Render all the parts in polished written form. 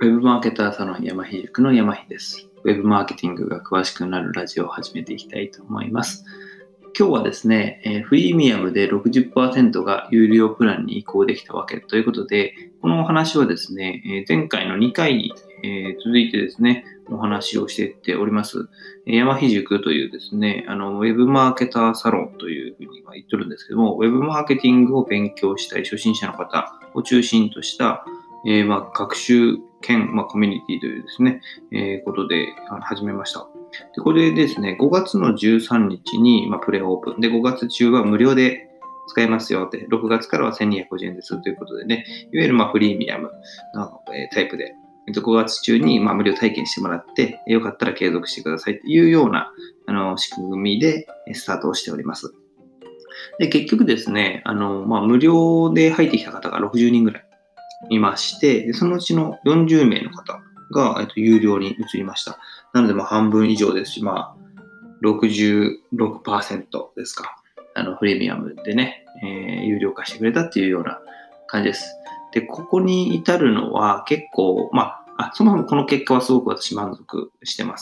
ウェブマーケターサロン山ひ塾の山ひです。ウェブマーケティングが詳しくなるラジオを始めていきたいと思います。今日はですね、フリーミアムで 60% が有料プランに移行できたわけということで、このお話はですね、前回の2回に、続いてですね、お話をしていっております。山ひ塾というですね、ウェブマーケターサロンというふうに言ってるんですけども、ウェブマーケティングを勉強したい初心者の方を中心とした学習兼、コミュニティというですね、ことで始めました。でこれですね、5月の13日に、プレオープンで、5月中は無料で使えますよって、6月からは1250円ですということでね、いわゆるフリーミアムのタイプで、5月中に無料体験してもらって、よかったら継続してくださいというような仕組みでスタートをしております。で、結局ですね、無料で入ってきた方が60人ぐらいいまして、そのうちの40名の方が、有料に移りました。なので、半分以上ですし、66% ですか。プレミアムでね、有料化してくれたっていうような感じです。で、ここに至るのは結構、そもそもこの結果はすごく私満足してます。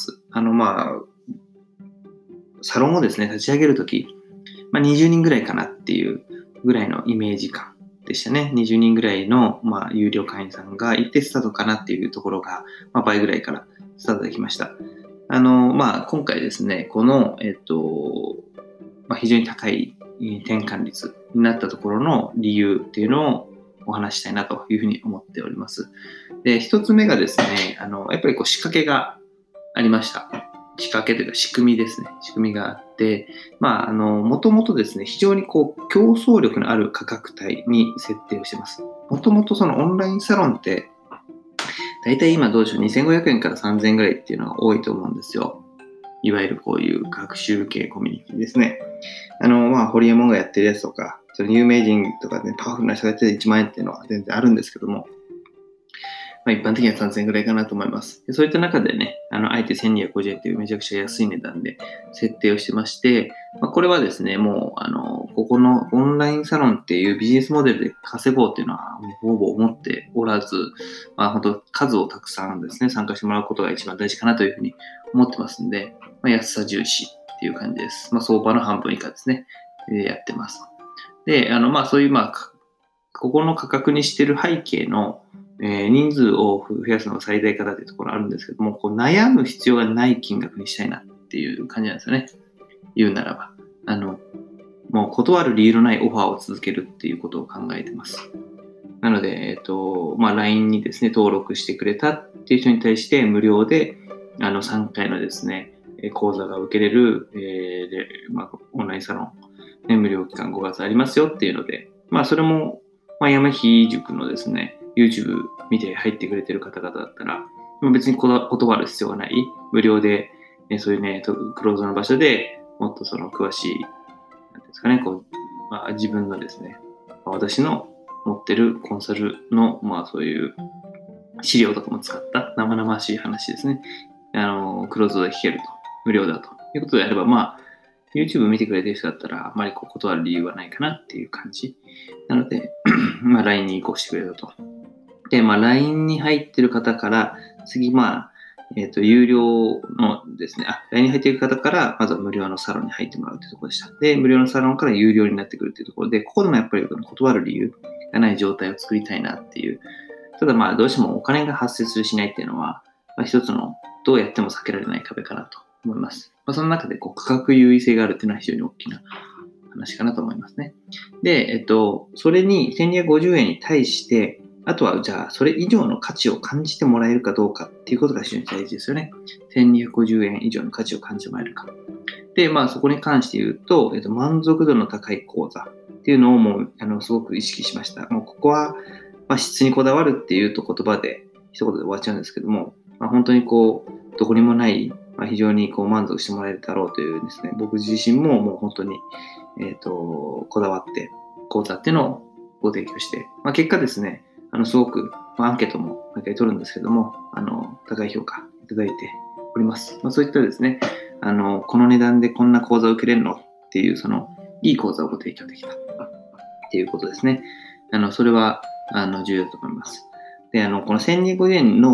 サロンをですね、立ち上げるとき、20人ぐらいかなっていうぐらいのイメージ感でしたね。20人ぐらいの、有料会員さんがいてスタートかなっていうところが、倍ぐらいからスタートできました。今回ですね、この、非常に高い転換率になったところの理由っていうのをお話したいなというふうに思っております。で、一つ目がですね、やっぱり仕掛けがありました。仕掛けというか仕組みですね。仕組みがあって、もともとですね、非常に競争力のある価格帯に設定をしています。もともとそのオンラインサロンって、だいたい今どうでしょう、2500円から3000円ぐらいっていうのが多いと思うんですよ。いわゆるこういう学習系コミュニティですね。ホリエモンがやってるやつとか、その有名人とかね、パワフルな人がやってる1万円っていうのは全然あるんですけども、一般的には3000円ぐらいかなと思います。そういった中でね、あえて1250円というめちゃくちゃ安い値段で設定をしてまして、これはですね、もう、ここのオンラインサロンっていうビジネスモデルで稼ごうっていうのはほぼ思っておらず、本当数をたくさんですね、参加してもらうことが一番大事かなというふうに思ってますんで、安さ重視っていう感じです。相場の半分以下ですね、やってます。で、そういう、ここの価格にしてる背景の人数を増やすのが最大化だというところあるんですけども、悩む必要がない金額にしたいなっていう感じなんですよね。言うならば。もう断る理由のないオファーを続けるっていうことを考えてます。なので、LINE にですね、登録してくれたっていう人に対して無料で、3回のですね、講座が受けれる、オンラインサロン、ね、無料期間5月ありますよっていうので、それも、山ひ塾のですね、YouTube 見て入ってくれてる方々だったら、別に断る必要がない。無料で、そういうね、クローズの場所でもっとその詳しい、なんですかね、自分のですね、私の持ってるコンサルの、そういう資料とかも使った生々しい話ですね。クローズで聞けると。無料だと。いうことであれば、YouTube 見てくれてる人だったら、あまり断る理由はないかなっていう感じ。なので、LINE に移行してくれたと。で、LINE に入ってる方から、次、有料のですね、LINE に入っている方から、まずは無料のサロンに入ってもらうというところでした。で、無料のサロンから有料になってくるというところで、ここでもやっぱり断る理由がない状態を作りたいなっていう。ただどうしてもお金が発生するしないっていうのは、一つのどうやっても避けられない壁かなと思います。その中で価格優位性があるっていうのは非常に大きな話かなと思いますね。で、それに1250円に対して、あとはじゃあそれ以上の価値を感じてもらえるかどうかっていうことが非常に大事ですよね。1250円以上の価値を感じてもらえるか。で、そこに関して言うと、満足度の高い講座っていうのをもうすごく意識しました。もうここは、質にこだわるっていうと言葉で一言で終わっちゃうんですけども、本当にどこにもない、非常に満足してもらえるだろうというですね、僕自身ももう本当に、こだわって講座っていうのをご提供して、結果ですね、すごく、アンケートも毎回取るんですけども、高い評価いただいております。そういったですね、この値段でこんな講座を受けれるのっていう、いい講座をご提供できたっていうことですね。それは、重要だと思います。で、この1250円の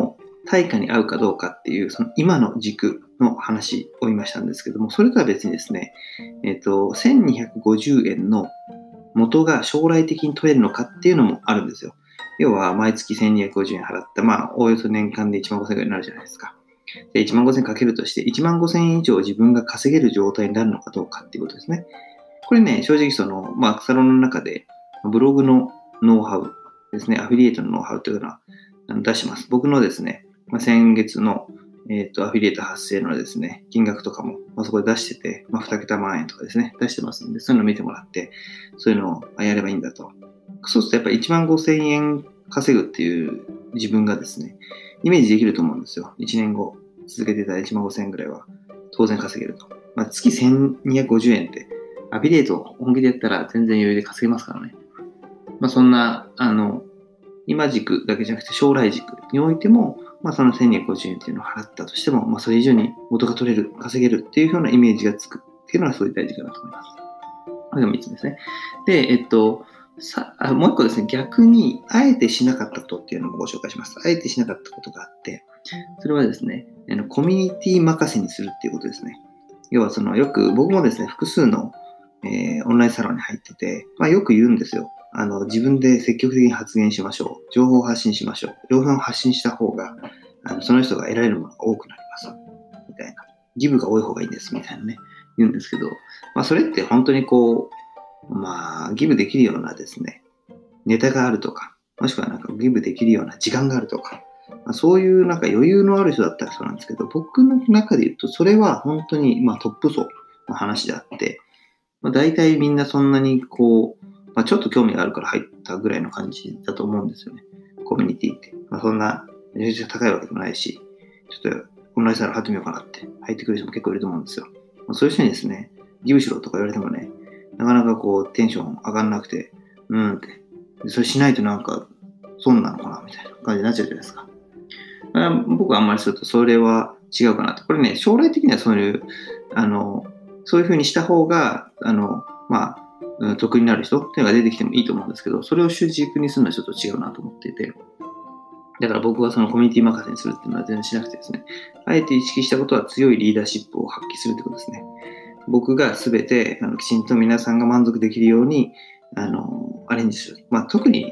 対価に合うかどうかっていう、その今の軸の話を今したんですけども、それとは別にですね、1250円の元が将来的に取れるのかっていうのもあるんですよ。要は、毎月1250円払った、おおよそ年間で1万5000円ぐらいになるじゃないですか。で、1万5000円かけるとして、1万5000円以上自分が稼げる状態になるのかどうかっていうことですね。これね、正直サロンの中で、ブログのノウハウですね、アフィリエイトのノウハウというのは出してます。僕のですね、先月の、アフィリエイト発生のですね、金額とかも、そこで出してて、2桁万円とかですね、出してますんで、そういうのを見てもらって、そういうのをやればいいんだと。そうするとやっぱり1万5000円稼ぐっていう自分がですね、イメージできると思うんですよ。1年後、続けてたら1万5000円ぐらいは当然稼げると。月1250円って、アフィリエイトを本気でやったら全然余裕で稼げますからね。そんな、今軸だけじゃなくて将来軸においても、その1250円っていうのを払ったとしても、それ以上に元が取れる、稼げるっていうようなイメージがつくっていうのはすごい大事かなと思います。これが3つですね。で、もう一個ですね、逆に、あえてしなかったことっていうのもご紹介します。あえてしなかったことがあって、それはですね、コミュニティ任せにするっていうことですね。要はよく僕もですね、複数の、オンラインサロンに入ってて、よく言うんですよ。自分で積極的に発言しましょう。情報を発信しましょう。情報を発信した方が、その人が得られるものが多くなります。みたいな。ギブが多い方がいいんです。みたいなね。言うんですけど、それって本当にギブできるようなですね、ネタがあるとか、もしくはギブできるような時間があるとか、そういう余裕のある人だったらそうなんですけど、僕の中で言うと、それは本当にトップ層の話であって、大体みんなそんなにちょっと興味があるから入ったぐらいの感じだと思うんですよね。コミュニティって。そんな、めちゃくちゃ高いわけでもないし、ちょっとオンラインサロン入ってみようかなって入ってくる人も結構いると思うんですよ。そういう人にですね、ギブしろとか言われてもね、なかなかテンション上がんなくて、って。それしないと損なのかなみたいな感じになっちゃうじゃないですか。僕はあんまりすると、それは違うかなと。これね、将来的にはそういう風にした方が、得になる人っていうのが出てきてもいいと思うんですけど、それを主軸にするのはちょっと違うなと思っていて、だから僕はそのコミュニティ任せにするっていうのは全然しなくてですね、あえて意識したことは強いリーダーシップを発揮するってことですね。僕が全てきちんと皆さんが満足できるようにアレンジする。特に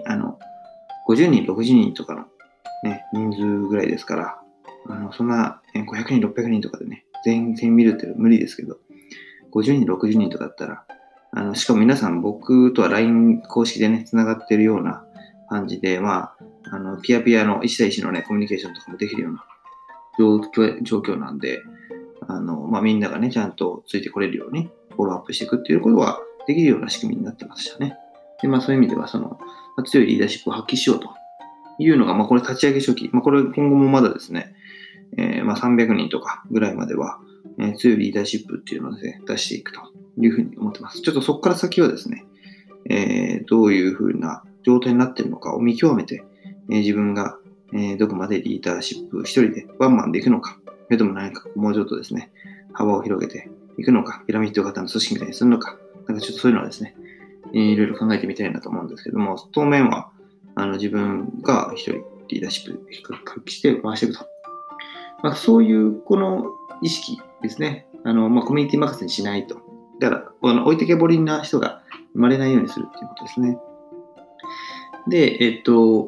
50人、60人とかの、ね、人数ぐらいですから、そんな500人、600人とかでね、全員見るって無理ですけど、50人、60人とかだったら、しかも皆さん僕とは LINE 公式でね、繋がってるような感じで、ピアピアの1対1のね、コミュニケーションとかもできるような状況なんで、みんながね、ちゃんとついてこれるようにフォローアップしていくっていうことはできるような仕組みになってましたね。で、そういう意味では、強いリーダーシップを発揮しようというのが、これ立ち上げ初期、これ今後もまだですね、300人とかぐらいまでは、強いリーダーシップっていうのをですね、出していくというふうに思ってます。ちょっとそこから先はですね、どういうふうな状態になっているのかを見極めて、自分が、どこまでリーダーシップ一人でワンマンでいくのか、それとももうちょっとですね、幅を広げていくのか、ピラミッド型の組織みたいにするのか、ちょっとそういうのはですね、いろいろ考えてみたいなと思うんですけども、当面は自分が一人リーダーシップを発揮して回していくと。そういうこの意識ですね。コミュニティ任せにしないと。だから、置いてけぼりな人が生まれないようにするっていうことですね。で、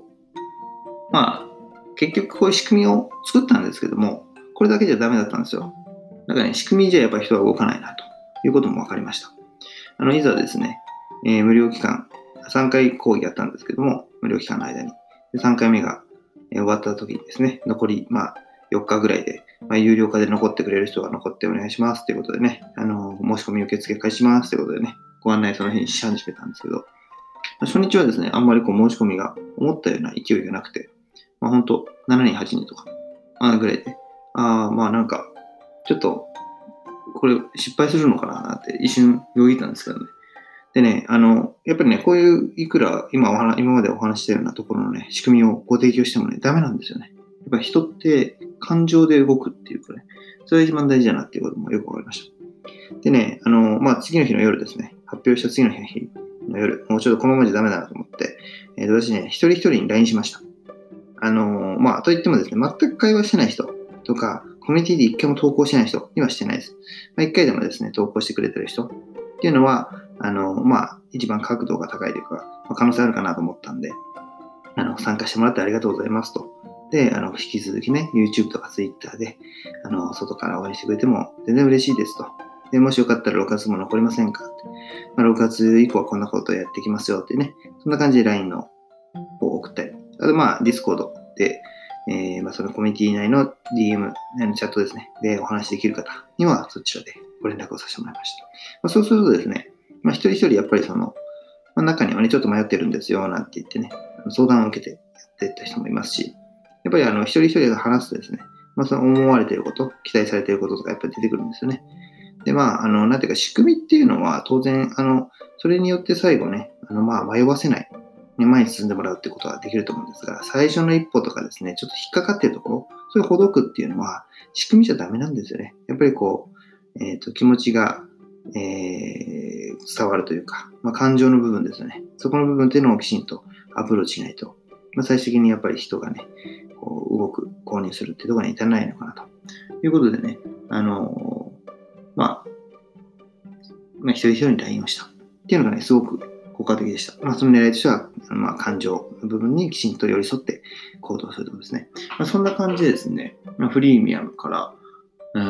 結局こういう仕組みを作ったんですけども、これだけじゃダメだったんですよ。だからね、仕組みじゃやっぱり人は動かないなということも分かりました。いざですね、無料期間、3回講義やったんですけども、無料期間の間に。で3回目が終わった時にですね、残り、4日ぐらいで、有料化で残ってくれる人が残ってお願いしますということでね、申し込み受付開始しますということでね、ご案内その日にし始めたんですけど、初日はですね、あんまり申し込みが思ったような勢いがなくて、本当7人、8人とか、ぐらいで、ちょっと、これ失敗するのかなって一瞬よぎったんですけどね。でね、やっぱりね、こういういくら今までお話ししたようなところのね、仕組みをご提供してもね、ダメなんですよね。やっぱり人って感情で動くっていうかね、それが一番大事だなっていうこともよくわかりました。でね、次の日の夜ですね、発表した次の日の夜、もうちょっとこのままじゃダメだなと思って、私ね、一人一人に LINE しました。 といってもですね、全く会話してない人とか、コミュニティで一回も投稿してない人にはしてないです。一回でもですね、投稿してくれてる人っていうのは、一番角度が高いというか、可能性あるかなと思ったんで、参加してもらってありがとうございますと。で、引き続きね、YouTube とか Twitter で、外から応援してくれても全然嬉しいですと。で、もしよかったら6月も残りませんかって。6月以降はこんなことをやっていきますよってね、そんな感じで LINE のを送ったり、あとDiscord で、そのコミュニティ内の DM、チャットですね、でお話できる方にはそちらでご連絡をさせてもらいました。そうするとですね、一人一人やっぱり中にはね、ちょっと迷ってるんですよ、なんて言ってね、相談を受けてやっていった人もいますし、やっぱり一人一人が話すとですね、その思われていること、期待されていることとかやっぱり出てくるんですよね。で、なんていうか仕組みっていうのは当然、それによって最後ね、迷わせない、前に進んでもらうってことはできると思うんですが、最初の一歩とかですね、ちょっと引っかかっているところ、そういうほどくっていうのは仕組みじゃダメなんですよね。やっぱり気持ちが、伝わるというか、感情の部分ですよね。そこの部分っていうのをきちんとアプローチしないと、最終的にやっぱり人がね、動く、購入するっていうところに至らないのかなということでね、一人一人に LINE をしたっていうのがね、すごく効果的でした。その狙いとしては、感情の部分にきちんと寄り添って行動するところですね。そんな感じでですね、フリーミアムから、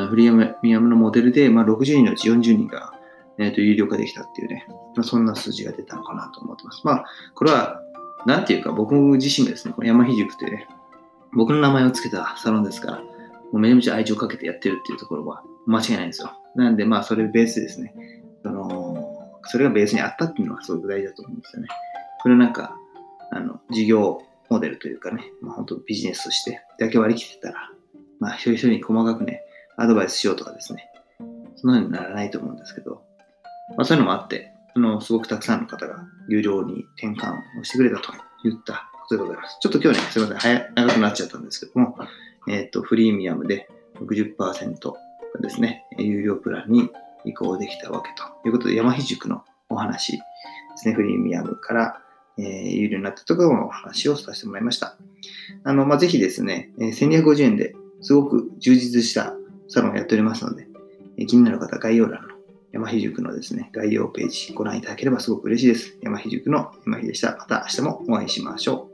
フリーミアムのモデルで、60人のうち40人が、有料化できたっていうね、そんな数字が出たのかなと思ってます。これは、なんていうか、僕自身がですね、この山秀塾というね、僕の名前を付けたサロンですから、もうめちゃめちゃ愛情かけてやってるっていうところは間違いないんですよ。なんで、それベースでですね、それがベースにあったっていうのはすごく大事だと思うんですよね。これ事業モデルというかね、本当ビジネスとしてだけ割り切ってたら、一人一人に細かくね、アドバイスしようとかですね、そのようにならないと思うんですけど、そういうのもあって、すごくたくさんの方が有料に転換をしてくれたといったことでございます。ちょっと今日ね、すいません、長くなっちゃったんですけども、フリーミアムで 60% ですね、有料プランに移行できたわけということで、山秀塾のお話ですね、フリーミアムから、有料になったところのお話をさせてもらいました。ぜひですね、1250円ですごく充実したサロンをやっておりますので、気になる方は概要欄の山秀塾のですね、概要ページご覧いただければすごく嬉しいです。山秀塾の山秀でした。また明日もお会いしましょう。